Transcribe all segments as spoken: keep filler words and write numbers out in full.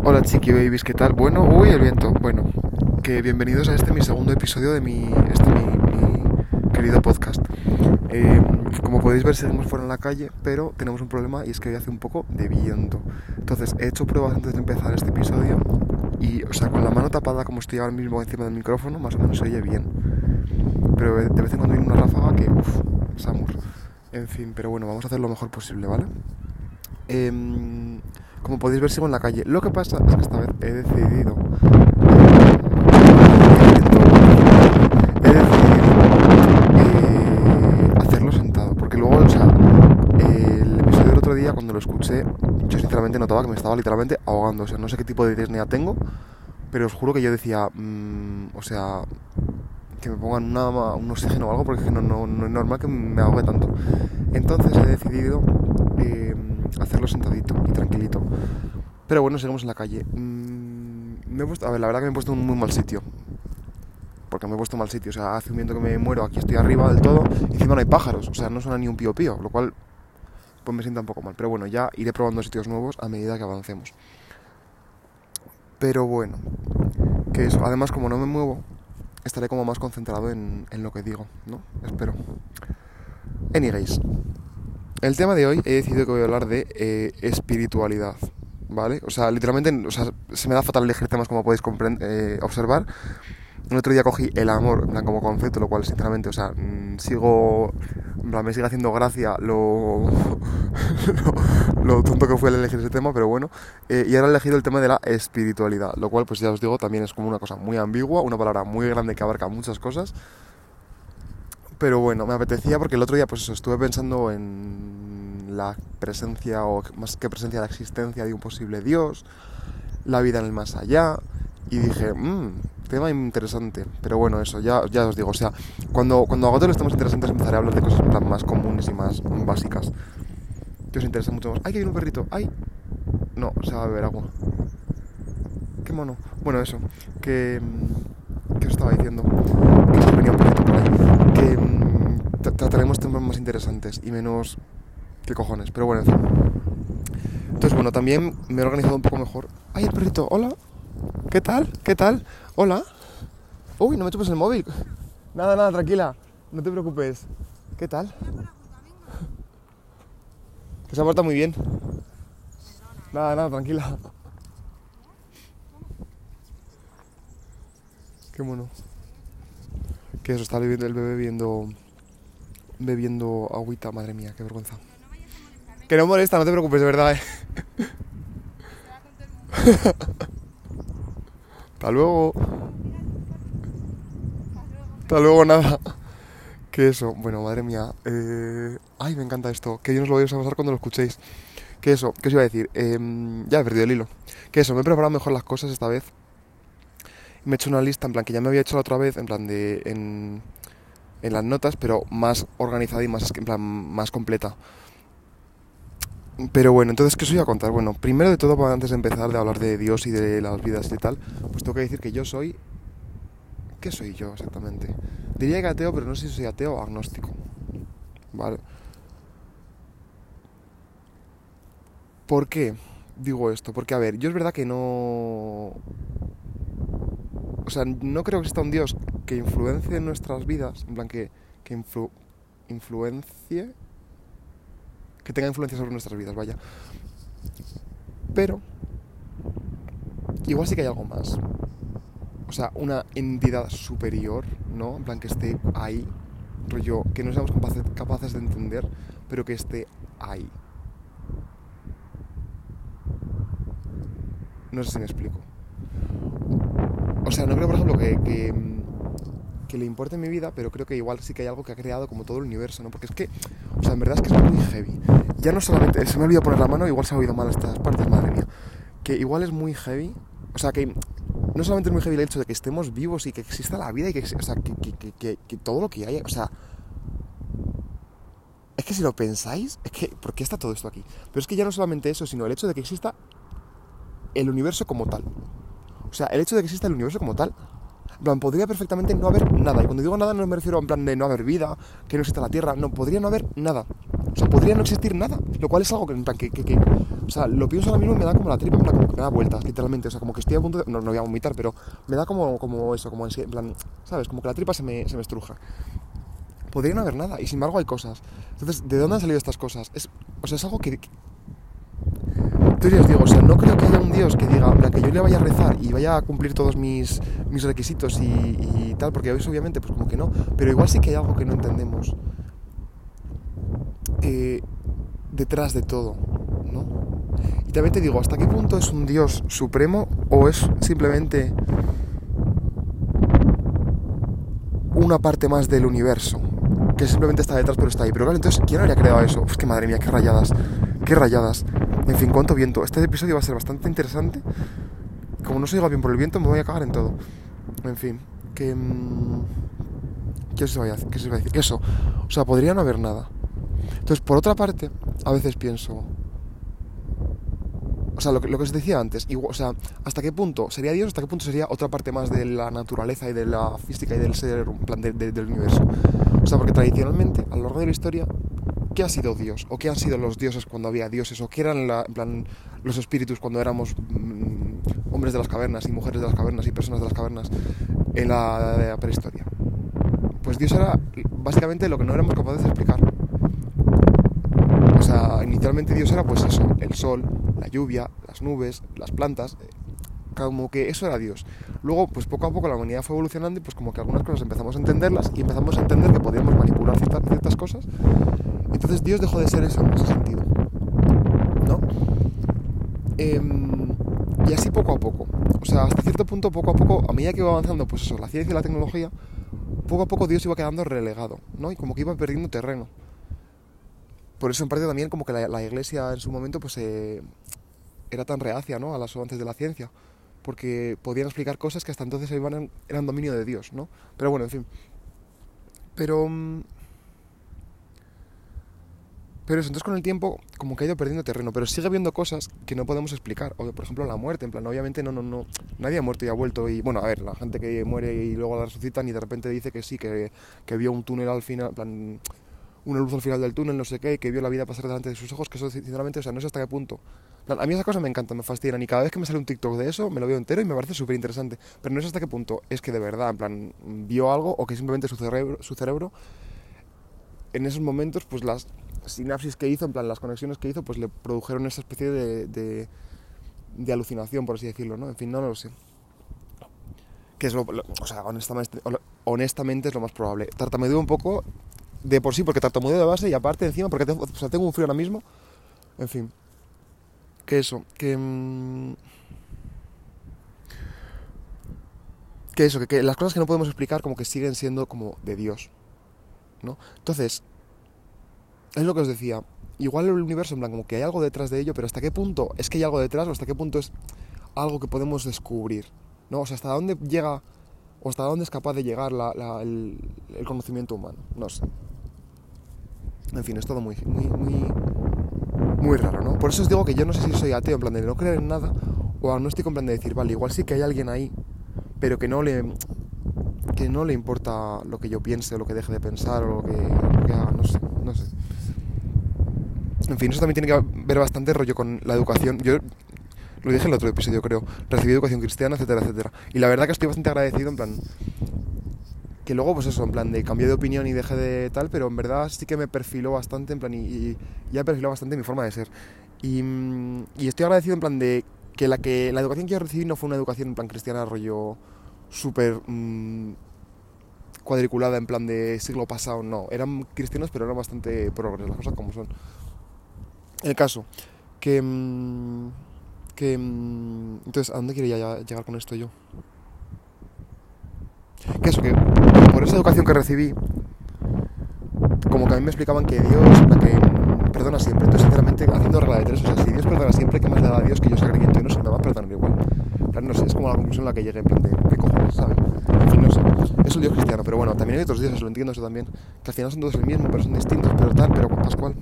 Hola chiqui babies, ¿qué tal? Bueno, uy, el viento. Bueno, que bienvenidos a este mi segundo episodio de mi, este mi, mi querido podcast. Eh, como podéis ver, seguimos fuera en la calle, pero tenemos un problema y es que hoy hace un poco de viento. Entonces, he hecho pruebas antes de empezar este episodio y, o sea, con la mano tapada como estoy ahora mismo encima del micrófono, más o menos se oye bien. Pero de vez en cuando viene una ráfaga que, uff, Samur. En fin, pero bueno, vamos a hacer lo mejor posible, ¿vale? Eh, como podéis ver, sigo en la calle. Lo que pasa es que esta vez he decidido he decidido eh, hacerlo sentado, porque luego, o sea, el episodio del otro día, cuando lo escuché, yo sinceramente notaba que me estaba literalmente ahogando. O sea, no sé qué tipo de disnea tengo, pero os juro que yo decía, mmm, o sea, que me pongan una, un oxígeno o algo, porque no, no, no es normal que me ahogue tanto. Entonces he decidido eh, hacerlo sentadito y tranquilito. Pero bueno, seguimos en la calle. Mm, me he puesto, a ver, la verdad que me he puesto en un muy mal sitio. Porque me he puesto en mal sitio. O sea, hace un viento que me muero, aquí estoy arriba del todo. Y encima no hay pájaros, o sea, no suena ni un pío pío. Lo cual, pues me sienta un poco mal. Pero bueno, ya iré probando sitios nuevos a medida que avancemos. Pero bueno, que eso. Además, como no me muevo, estaré como más concentrado en, en lo que digo, ¿no? Espero. Anyways, el tema de hoy he decidido que voy a hablar de eh, espiritualidad, ¿vale? O sea, literalmente, o sea, se me da fatal elegir temas, como podéis eh, observar. El otro día cogí el amor, en plan, como concepto, lo cual, sinceramente, o sea, mmm, sigo, en plan, me sigue haciendo gracia lo, lo, lo tonto que fue al elegir ese tema, pero bueno. Eh, y ahora he elegido el tema de la espiritualidad, lo cual, pues ya os digo, también es como una cosa muy ambigua, una palabra muy grande que abarca muchas cosas. Pero bueno, me apetecía porque el otro día, pues eso, estuve pensando en la presencia, o más que presencia, la existencia de un posible Dios, la vida en el más allá, y dije, mmm, tema interesante. Pero bueno, eso, ya, ya os digo, o sea, cuando, cuando agote los temas interesantes empezaré a hablar de cosas en plan más comunes y más básicas, que os interesan mucho más. ¡Ay, que hay un perrito! ¡Ay! No, se va a beber agua. ¡Qué mono! Bueno, eso, que... ¿Qué os estaba diciendo? Que se venía un poquito por ahí. Que mmm, trataremos temas más interesantes y menos... ¿Qué cojones? Pero bueno, en fin. Entonces, bueno, también me he organizado un poco mejor. ¡Ay, el perrito! ¡Hola! ¿Qué tal? ¿Qué tal? ¿Hola? Uy, no me chupes el móvil. Nada, nada, tranquila. No te preocupes. ¿Qué tal? Que se ha portado muy bien. Nada, nada, tranquila. Qué mono. Que eso, está el bebé bebiendo... bebiendo agüita. Madre mía, qué vergüenza. Que no molesta, no te preocupes, de verdad, eh. Hasta luego. Hasta luego, nada. Que eso, bueno, madre mía. Eh... Ay, me encanta esto. Que yo no os lo voy a pasar cuando lo escuchéis. Que eso, ¿qué os iba a decir? Eh... Ya he perdido el hilo. Que eso, me he preparado mejor las cosas esta vez. Me he hecho una lista, en plan, que ya me había hecho la otra vez, en plan de... En, en las notas, pero más organizada y más, en plan, más completa. Pero bueno, entonces, ¿qué os voy a contar? Bueno, primero de todo, antes de empezar de hablar de Dios y de las vidas y tal, pues tengo que decir que yo soy... ¿Qué soy yo exactamente? Diría que ateo, pero no sé si soy ateo o agnóstico. Vale. ¿Por qué digo esto? Porque, a ver, yo es verdad que no... O sea, no creo que exista un Dios que influencie en nuestras vidas, en plan que, que influ... influencie... que tenga influencia sobre nuestras vidas, vaya. Pero igual sí que hay algo más. O sea, una entidad superior, ¿no? En plan que esté ahí, rollo, que no seamos capaces, capaces de entender, pero que esté ahí. No sé si me explico. O sea, no creo, por ejemplo, que, que, que le importe mi vida, pero creo que igual sí que hay algo que ha creado como todo el universo, ¿no? Porque es que, o sea, en verdad es que es muy heavy. Ya no solamente, se me ha olvidado poner la mano, igual se ha oído mal estas partes, madre mía. Que igual es muy heavy, o sea, que no solamente es muy heavy el hecho de que estemos vivos y que exista la vida y que, o sea, que, que, que, que, que todo lo que hay, o sea... Es que si lo pensáis, es que, ¿por qué está todo esto aquí? Pero es que ya no solamente eso, sino el hecho de que exista el universo como tal. O sea, el hecho de que exista el universo como tal, en plan, podría perfectamente no haber nada. Y cuando digo nada no me refiero en plan de no haber vida, que no exista la Tierra, no, podría no haber nada. O sea, podría no existir nada, lo cual es algo que, en plan, que, que, que o sea, lo pienso ahora mismo y me da como la tripa, en plan, como que me da vueltas, literalmente. O sea, como que estoy a punto de, no, no voy a vomitar, pero me da como, como eso, como en plan, ¿sabes? Como que la tripa se me, se me estruja. Podría no haber nada, y sin embargo hay cosas. Entonces, ¿de dónde han salido estas cosas? Es, o sea, es algo que... que entonces os digo, o sea, no creo que haya un Dios que diga, en plan, que yo le vaya a rezar y vaya a cumplir todos mis, mis requisitos y, y tal, porque eso obviamente, pues como que no. Pero igual sí que hay algo que no entendemos eh, detrás de todo, ¿no? Y también te digo, ¿hasta qué punto es un Dios supremo o es simplemente una parte más del universo que simplemente está detrás pero está ahí? Pero claro, entonces, ¿quién habría creado eso? Uf, que madre mía, qué rayadas, qué rayadas. En fin, cuánto viento. Este episodio va a ser bastante interesante. Como no se oiga bien por el viento, me voy a cagar en todo. En fin, que... Mmm, ¿Qué os iba a decir? ¿Qué os iba a decir? Que eso, o sea, podría no haber nada. Entonces, por otra parte, a veces pienso... O sea, lo que, lo que os decía antes, igual, o sea, ¿hasta qué punto sería Dios? ¿Hasta qué punto sería otra parte más de la naturaleza y de la física y del ser, en plan, de, de, del universo? O sea, porque tradicionalmente, a lo largo de la historia, ¿qué ha sido Dios? ¿O qué han sido los dioses cuando había dioses? ¿O qué eran, la, en plan, los espíritus cuando éramos mmm, hombres de las cavernas y mujeres de las cavernas y personas de las cavernas en la, la prehistoria? Pues Dios era básicamente lo que no éramos capaces de explicar. O sea, inicialmente Dios era pues eso, el sol, la lluvia, las nubes, las plantas, como que eso era Dios. Luego, pues poco a poco la humanidad fue evolucionando y pues como que algunas cosas empezamos a entenderlas y empezamos a entender que podíamos manipular ciertas, ciertas cosas. Entonces Dios dejó de ser eso en ese sentido, ¿no? Eh, y así poco a poco. O sea, hasta cierto punto, poco a poco, a medida que iba avanzando, pues eso, la ciencia y la tecnología, poco a poco Dios iba quedando relegado, ¿no? Y como que iba perdiendo terreno. Por eso en parte también como que la, la iglesia en su momento pues eh, era tan reacia, ¿no?, a los avances de la ciencia, porque podían explicar cosas que hasta entonces eran, eran dominio de Dios, ¿no? Pero bueno, en fin. Pero... Pero eso, entonces con el tiempo como que ha ido perdiendo terreno, pero sigue habiendo cosas que no podemos explicar. O por ejemplo la muerte, en plan, obviamente no, no, no, nadie ha muerto y ha vuelto y... Bueno, a ver, la gente que muere y luego la resucitan y de repente dice que sí, que, que vio un túnel al final, en plan... una luz al final del túnel, no sé qué, que vio la vida pasar delante de sus ojos, que eso sinceramente, o sea, no sé hasta qué punto. A mí esas cosas me encantan, me fascinan, y cada vez que me sale un TikTok de eso, me lo veo entero y me parece súper interesante. Pero no sé hasta qué punto es que de verdad, en plan, vio algo o que simplemente su cerebro, su cerebro en esos momentos, pues las sinapsis que hizo, en plan, las conexiones que hizo, pues le produjeron esa especie de, de, de alucinación, por así decirlo, ¿no? En fin, no, no lo sé. Que es lo, lo o sea, honestamente, honestamente es lo más probable. Tartamudeo un poco... de por sí, porque tartamudeo de base y aparte encima porque tengo, o sea, tengo un frío ahora mismo. En fin, que eso, que mmm, que eso, que, que las cosas que no podemos explicar como que siguen siendo como de Dios, ¿no? Entonces, es lo que os decía, igual el universo, en plan, como que hay algo detrás de ello, pero hasta qué punto es que hay algo detrás o hasta qué punto es algo que podemos descubrir, ¿no? O sea, hasta dónde llega o hasta dónde es capaz de llegar la, la, el, el conocimiento humano, no sé. En fin, es todo muy, muy, muy, muy raro, ¿no? Por eso os digo que yo no sé si soy ateo, en plan de no creer en nada, o agnóstico, en plan de decir, vale, igual sí que hay alguien ahí, pero que no le, que no le importa lo que yo piense, o lo que deje de pensar, o lo que, lo que haga, no sé, no sé. En fin, eso también tiene que ver bastante rollo con la educación. Yo lo dije en el otro episodio, creo. Recibí educación cristiana, etcétera, etcétera. Y la verdad que estoy bastante agradecido, en plan... que luego, pues eso, en plan de cambié de opinión y dejé de tal, pero en verdad sí que me perfiló bastante, en plan, y, y ya perfiló bastante mi forma de ser. Y, y estoy agradecido, en plan, de que la, que la educación que yo recibí no fue una educación, en plan, cristiana, rollo súper mmm, cuadriculada, en plan de siglo pasado, no. Eran cristianos, pero eran bastante progres, las cosas como son. El caso, que... Mmm, que mmm, entonces, ¿a dónde quería ya llegar con esto yo? Que eso, que por esa educación que recibí, como que a mí me explicaban que Dios, que perdona siempre. Entonces, sinceramente, haciendo regla de tres, o sea, si Dios perdona siempre, ¿qué más le da a Dios que yo sea creyente? No sé, me va a perdonar igual. En plan, no sé, es como la conclusión a la que llegué, en plan de, ¿qué cojones, sabes? En fin, no sé. Es un Dios cristiano, pero bueno, también hay otros dioses, lo entiendo eso también. Que al final son todos el mismo, pero son distintos, pero tal, pero Pascual.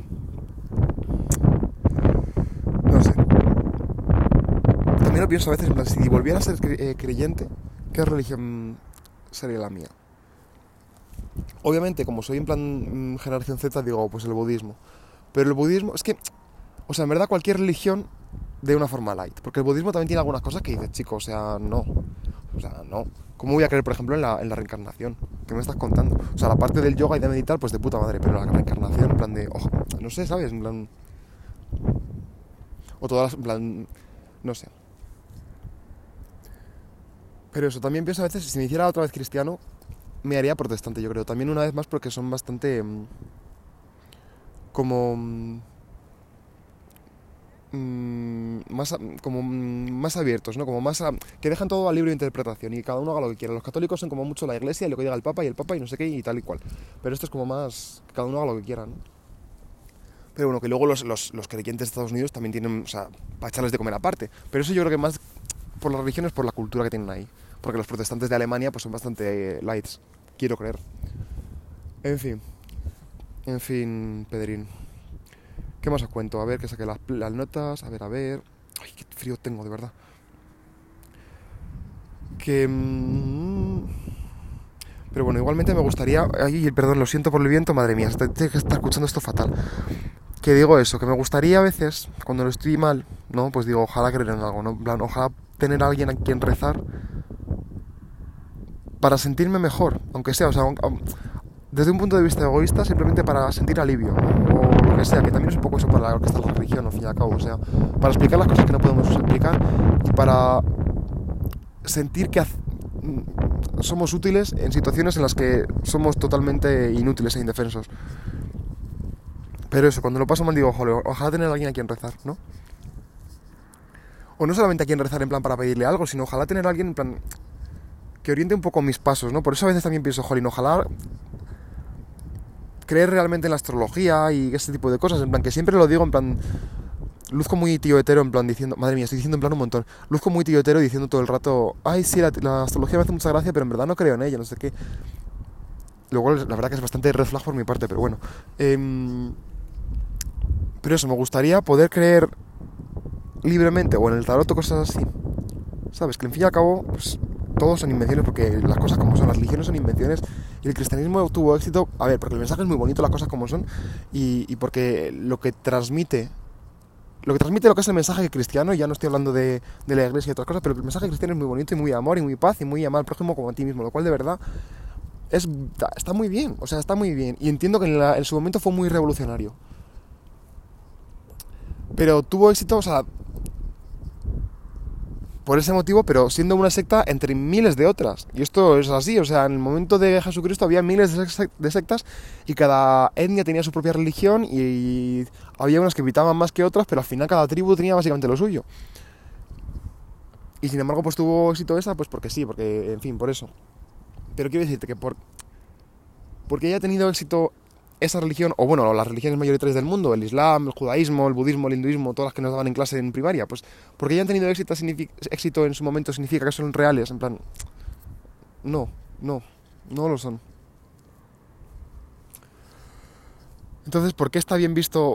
No sé. También lo pienso a veces, en plan, si volviera a ser cre- eh, creyente, ¿qué religión sería la mía? Obviamente, como soy en plan mmm, generación Z, digo, pues el budismo. Pero el budismo, es que, o sea, en verdad cualquier religión de una forma light. Porque el budismo también tiene algunas cosas que dices, chico, o sea, no. O sea, no. ¿Cómo voy a creer, por ejemplo, en la, en la reencarnación? ¿Qué me estás contando? O sea, la parte del yoga y de meditar, pues de puta madre, pero la reencarnación, en plan de, ojo, no sé, ¿sabes? En plan... O todas las, en plan, no sé. Pero eso, también pienso a veces, si me hiciera otra vez cristiano, me haría protestante, yo creo. También una vez más porque son bastante... mm, como... mm, mm, más, a- como mm, más abiertos, ¿no? Como más a- que dejan todo a libre interpretación y cada uno haga lo que quiera. Los católicos son como mucho la iglesia y lo que diga el papa y el papa y no sé qué y tal y cual. Pero esto es como más que cada uno haga lo que quiera, ¿no? Pero bueno, que luego los, los, los creyentes de Estados Unidos también tienen, o sea, para echarles de comer aparte. Pero eso yo creo que más por las religiones, por la cultura que tienen ahí. Porque los protestantes de Alemania pues son bastante eh, lights, quiero creer. En fin, en fin, Pedrín. ¿Qué más os cuento? A ver, que saqué las, las notas, a ver, a ver... Ay, qué frío tengo, de verdad. Que... mm, pero bueno, igualmente me gustaría... Ay, perdón, lo siento por el viento, madre mía, tengo que estar escuchando esto fatal. Que digo eso, que me gustaría a veces, cuando lo estoy mal, ¿no? Pues digo, ojalá creer en algo, ¿no? En plan, ojalá tener a alguien a quien rezar para sentirme mejor, aunque sea, o sea, aun- aun- desde un punto de vista egoísta, simplemente para sentir alivio, ¿no? O lo que sea, que también es un poco eso para lo que está la religión, al fin y al cabo, o sea, para explicar las cosas que no podemos explicar y para sentir que haz- mm, somos útiles en situaciones en las que somos totalmente inútiles e indefensos. Pero eso, cuando lo paso mal digo, joder, ojalá tener a alguien a quien rezar, ¿no? O no solamente a quien rezar en plan para pedirle algo, sino ojalá tener a alguien en plan que oriente un poco mis pasos, ¿no? Por eso a veces también pienso, jolín, ojalá creer realmente en la astrología y ese tipo de cosas, en plan que siempre lo digo en plan, luzco muy tío hetero en plan diciendo, madre mía, estoy diciendo en plan un montón, luzco muy tío hetero diciendo todo el rato, ay sí, la, la astrología me hace mucha gracia, pero en verdad no creo en ella, no sé qué. Luego la verdad que es bastante red flag por mi parte, pero bueno. Em, pero eso, me gustaría poder creer libremente o en el tarot o cosas así. ¿Sabes? Que al fin y al cabo, pues todos son invenciones porque las cosas como son, las religiones son invenciones y el cristianismo tuvo éxito, a ver, porque el mensaje es muy bonito, las cosas como son y, y porque lo que transmite, lo que transmite lo que es el mensaje cristiano, ya no estoy hablando de, de la iglesia y otras cosas, pero el mensaje cristiano es muy bonito y muy amor y muy paz y muy amar al prójimo como a ti mismo, lo cual de verdad es, está muy bien, o sea, está muy bien y entiendo que en, la- en su momento fue muy revolucionario, pero tuvo éxito, o sea, por ese motivo, pero siendo una secta entre miles de otras. Y esto es así, o sea, en el momento de Jesucristo había miles de sec- de sectas y cada etnia tenía su propia religión y había unas que evitaban más que otras, pero al final cada tribu tenía básicamente lo suyo. Y sin embargo, pues tuvo éxito esa, pues porque sí, porque, en fin, por eso. Pero quiero decirte que por, porque haya tenido éxito esa religión, o bueno, las religiones mayoritarias del mundo, el Islam, el judaísmo, el budismo, el hinduismo, todas las que nos daban en clase en primaria, pues porque hayan tenido éxito, significa, éxito en su momento significa que son reales, en plan, no, no, no lo son. Entonces, ¿por qué está bien visto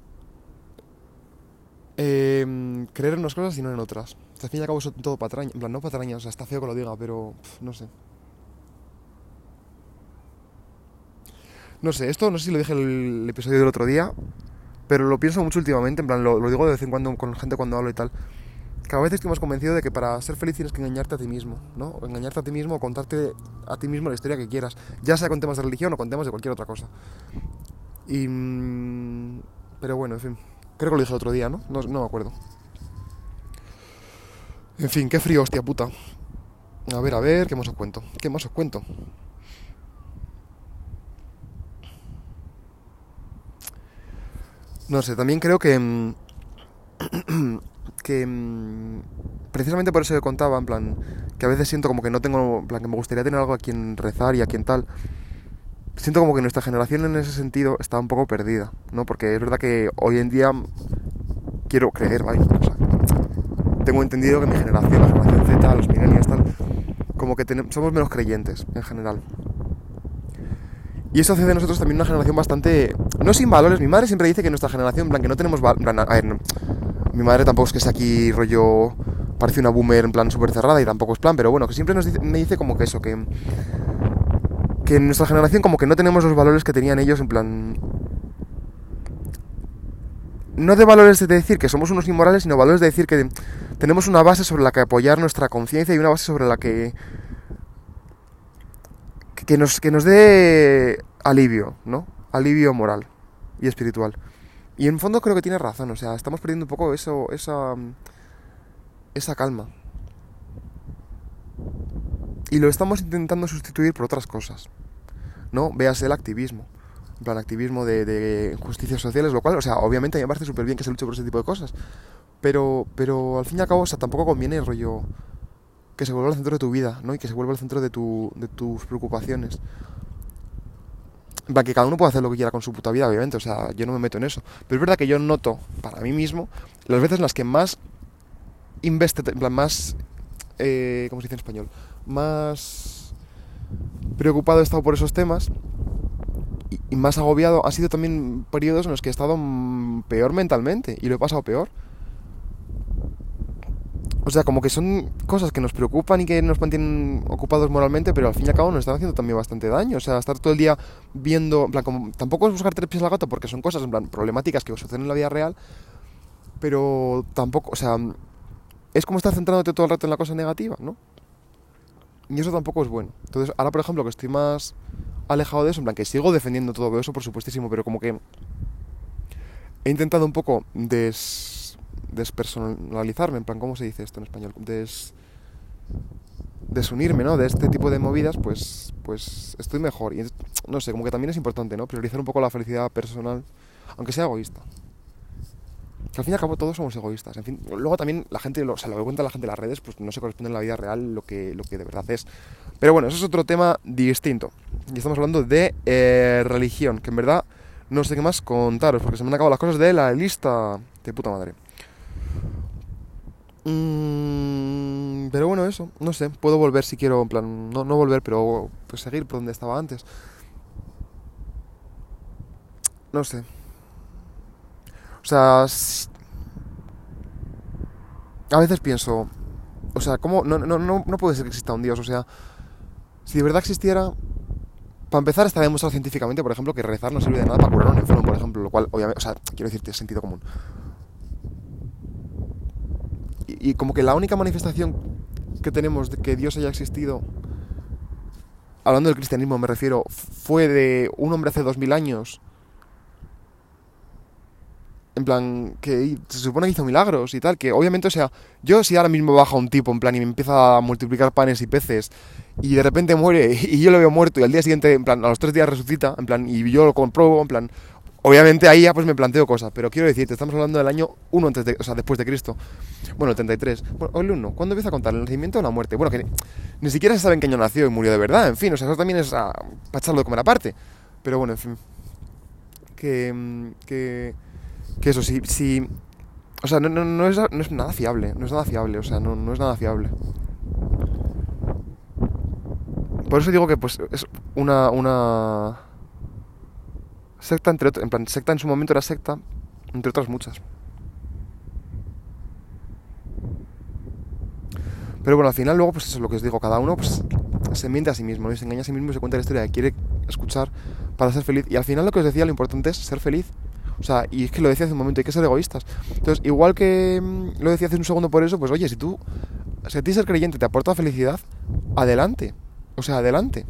eh, creer en unas cosas y no en otras? Al fin y al cabo son todo patrañas, en plan, no patrañas, o sea, está feo que lo diga, pero pff, no sé. No sé, esto no sé si lo dije en el episodio del otro día, pero lo pienso mucho últimamente, en plan, lo, lo digo de vez en cuando con gente cuando hablo y tal. Cada vez estoy más convencido de que para ser feliz tienes que engañarte a ti mismo, ¿no? O engañarte a ti mismo o contarte a ti mismo la historia que quieras, ya sea con temas de religión o con temas de cualquier otra cosa. Y... mm, pero bueno, en fin, creo que lo dije el otro día, ¿no? No, no me acuerdo. En fin, qué frío, hostia puta. A ver, a ver, ¿qué más os cuento? ¿Qué más os cuento? No sé, también creo que... mm, que mm, precisamente por eso que contaba, en plan, que a veces siento como que no tengo, en plan, que me gustaría tener algo a quien rezar y a quien tal. Siento como que nuestra generación en ese sentido está un poco perdida, ¿no? Porque es verdad que hoy en día quiero creer, vaya, o sea, tengo entendido que mi generación, la generación Z, los millennials, tal, como que tenem- somos menos creyentes en general. Y eso hace de nosotros también una generación bastante... No sin valores, mi madre siempre dice que nuestra generación, en plan, que no tenemos... val- en plan, a ver, no- mi madre tampoco es que sea aquí rollo... Parece una boomer en plan súper cerrada y tampoco es plan, pero bueno, que siempre nos dice, me dice como que eso, que... Que en nuestra generación como que no tenemos los valores que tenían ellos, en plan... no de valores de decir que somos unos inmorales, sino valores de decir que tenemos una base sobre la que apoyar nuestra conciencia y una base sobre la que que nos, que nos dé alivio, ¿no? Alivio moral y espiritual. Y en fondo creo que tiene razón, o sea, estamos perdiendo un poco eso, esa, esa calma. Y lo estamos intentando sustituir por otras cosas, ¿no? Véase el activismo. En plan, activismo de, de justicias sociales, lo cual, o sea, obviamente a mí me parece súper bien que se luche por ese tipo de cosas. Pero, pero al fin y al cabo, o sea, tampoco conviene el rollo que se vuelva al centro de tu vida, ¿no? Y que se vuelva al centro de, tu, de tus preocupaciones. En plan, que cada uno puede hacer lo que quiera con su puta vida, obviamente, o sea, yo no me meto en eso. Pero es verdad que yo noto, para mí mismo, las veces en las que más investe, en plan, más, eh, ¿cómo se dice en español? Más preocupado he estado por esos temas y, y más agobiado, ha sido también periodos en los que he estado mm, peor mentalmente y lo he pasado peor. O sea, como que son cosas que nos preocupan y que nos mantienen ocupados moralmente, pero al fin y al cabo nos están haciendo también bastante daño. O sea, estar todo el día viendo, en plan, como, tampoco es buscar tres pies al gato porque son cosas, en plan, problemáticas que suceden en la vida real, pero tampoco, o sea, es como estar centrándote todo el rato en la cosa negativa, ¿no? Y eso tampoco es bueno. Entonces, ahora, por ejemplo, que estoy más alejado de eso, en plan, que sigo defendiendo todo eso, por supuestísimo, pero como que he intentado un poco des... despersonalizarme, en plan, ¿cómo se dice esto en español? Des... desunirme, ¿no? De este tipo de movidas, pues pues estoy mejor. Y no sé, como que también es importante, ¿no? Priorizar un poco la felicidad personal, aunque sea egoísta. Que al fin y al cabo todos somos egoístas. En fin, luego también la gente, o sea, lo que cuenta la gente en las redes, pues no se corresponde en la vida real lo que, lo que de verdad es. Pero bueno, eso es otro tema distinto. Y estamos hablando de eh, religión, que en verdad no sé qué más contaros, porque se me han acabado las cosas de la lista de puta madre. Mm, pero bueno, eso, no sé, puedo volver si quiero, en plan, no, no volver, pero pues seguir por donde estaba antes. No sé. O sea, s- a veces pienso, o sea, ¿cómo? No, no, no, no puede ser que exista un Dios, o sea, si de verdad existiera, para empezar está demostrado científicamente, por ejemplo, que rezar no sirve de nada para curar a un enfermo, por ejemplo, lo cual, obviamente, o sea, quiero decirte, es sentido común. Y, y como que la única manifestación que tenemos de que Dios haya existido, hablando del cristianismo me refiero, fue de un hombre hace dos mil años, en plan, que se supone que hizo milagros y tal, que obviamente, o sea, yo si ahora mismo baja un tipo, en plan, y me empieza a multiplicar panes y peces, y de repente muere, y yo lo veo muerto, y al día siguiente, en plan, a los tres días resucita, en plan, y yo lo compruebo, en plan, obviamente ahí ya pues me planteo cosas, pero quiero decirte, estamos hablando del año uno antes de, o sea, después de Cristo. Bueno, el treinta y tres. Bueno, o el uno. ¿Cuándo empieza a contar? ¿El nacimiento o la muerte? Bueno, que ni, ni siquiera se sabe en qué año nació y murió de verdad, en fin, o sea, eso también es a, para echarlo de comer aparte. Pero bueno, en fin. Que... que que eso, sí, sí, o sea, no, no, no, es, no es nada fiable, no es nada fiable, o sea, no, no es nada fiable. Por eso digo que pues es una, una secta, entre otras, en plan, secta en su momento era secta, entre otras muchas. Pero bueno, al final luego, pues eso es lo que os digo, cada uno pues se miente a sí mismo, ¿no? Y se engaña a sí mismo y se cuenta la historia que quiere escuchar para ser feliz. Y al final lo que os decía, lo importante es ser feliz. O sea, y es que lo decía hace un momento, hay que ser egoístas. Entonces, igual que mmm, lo decía hace un segundo por eso, pues oye, si tú, si a ti ser creyente te aporta felicidad, adelante. O sea, adelante.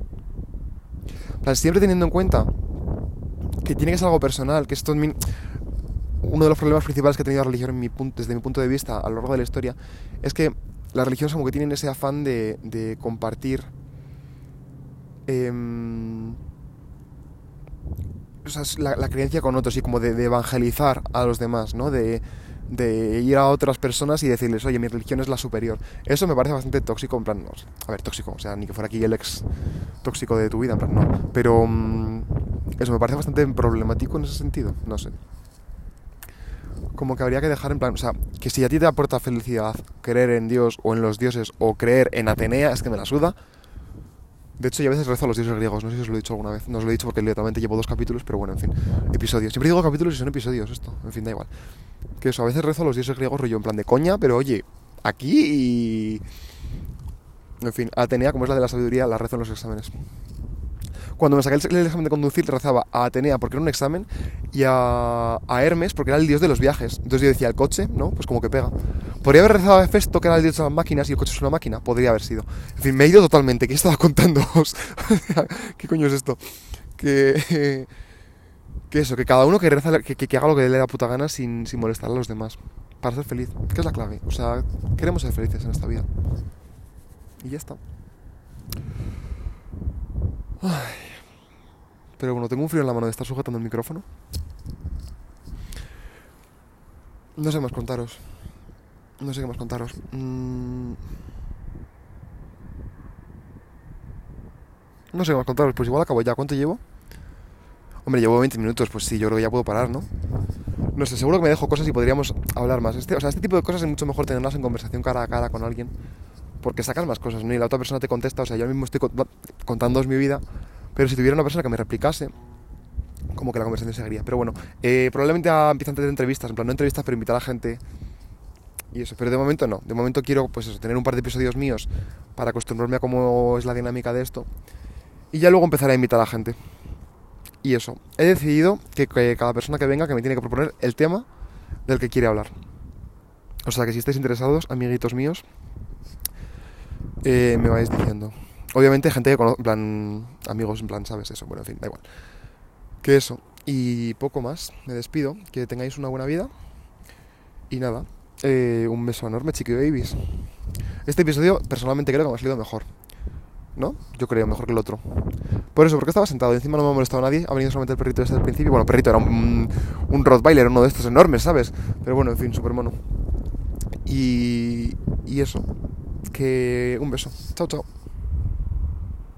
O sea, siempre teniendo en cuenta que tiene que ser algo personal, que esto es mi, uno de los problemas principales que ha tenido la religión en mi punto, desde mi punto de vista a lo largo de la historia, es que las religiones como que tienen ese afán de, de compartir eh, o sea, la, la creencia con otros y como de, de evangelizar a los demás, ¿no? De, de ir a otras personas y decirles, oye, mi religión es la superior. Eso me parece bastante tóxico, en plan, no, a ver, tóxico, o sea, ni que fuera aquí el ex tóxico de tu vida, en plan, no. Pero um, eso me parece bastante problemático en ese sentido, no sé. Como que habría que dejar en plan, o sea, que si a ti te aporta felicidad creer en Dios o en los dioses o creer en Atenea, es que me la suda. De hecho, yo a veces rezo a los dioses griegos, no sé si os lo he dicho alguna vez, no os lo he dicho porque literalmente llevo dos capítulos, pero bueno, en fin, episodios. Siempre digo capítulos y son episodios esto, en fin, da igual. Que eso, a veces rezo a los dioses griegos rollo en plan de coña, pero oye, aquí y... En fin, Atenea, como es la de la sabiduría, la rezo en los exámenes. Cuando me saqué el, el examen de conducir rezaba a Atenea porque era un examen y a, a Hermes porque era el dios de los viajes. Entonces yo decía, el coche, ¿no? Pues como que pega. Podría haber rezado a Hefesto, que era el dios de las máquinas, y el coche es una máquina. Podría haber sido. En fin, me he ido totalmente. ¿Qué estaba contándoos? ¿Qué coño es esto? Que... Que eso, que cada uno que, reza, que, que, que haga lo que le dé la puta gana sin, sin molestar a los demás. Para ser feliz. Que es la clave. O sea, queremos ser felices en esta vida. Y ya está. Ay. Pero bueno, tengo un frío en la mano de estar sujetando el micrófono. No sé qué más contaros. No sé qué más contaros. Mm... No sé qué más contaros. Pues igual acabo ya. ¿Cuánto llevo? Hombre, llevo veinte minutos. Pues sí, yo creo que ya puedo parar, ¿no? No sé, seguro que me dejo cosas y podríamos hablar más. Este, o sea, este tipo de cosas es mucho mejor tenerlas en conversación cara a cara con alguien. Porque sacas más cosas, ¿no? Y la otra persona te contesta. O sea, yo mismo estoy contando mi vida. Pero si tuviera una persona que me replicase, como que la conversación seguiría. Pero bueno, eh, probablemente empiece antes de entrevistas, en plan no entrevistas, pero invitar a gente y eso. Pero de momento no. De momento quiero, pues eso, tener un par de episodios míos para acostumbrarme a cómo es la dinámica de esto. Y ya luego empezaré a invitar a gente. Y eso. He decidido que, que cada persona que venga, que me tiene que proponer el tema del que quiere hablar. O sea que si estáis interesados, amiguitos míos, eh, me vais diciendo. Obviamente gente que conozco, en plan, amigos, en plan, ¿sabes? Eso, bueno, en fin, da igual. Que eso, y poco más, me despido, que tengáis una buena vida, y nada, eh, un beso enorme, chiqui babies. Este episodio, personalmente creo que me ha salido mejor, ¿no? Yo creo, mejor que el otro. Por eso, porque estaba sentado, y encima no me ha molestado nadie, ha venido solamente el perrito desde el principio, bueno, el perrito era un, un Rottweiler, uno de estos enormes, ¿sabes? Pero bueno, en fin, súper mono. Y, y eso, que un beso, chao, chao.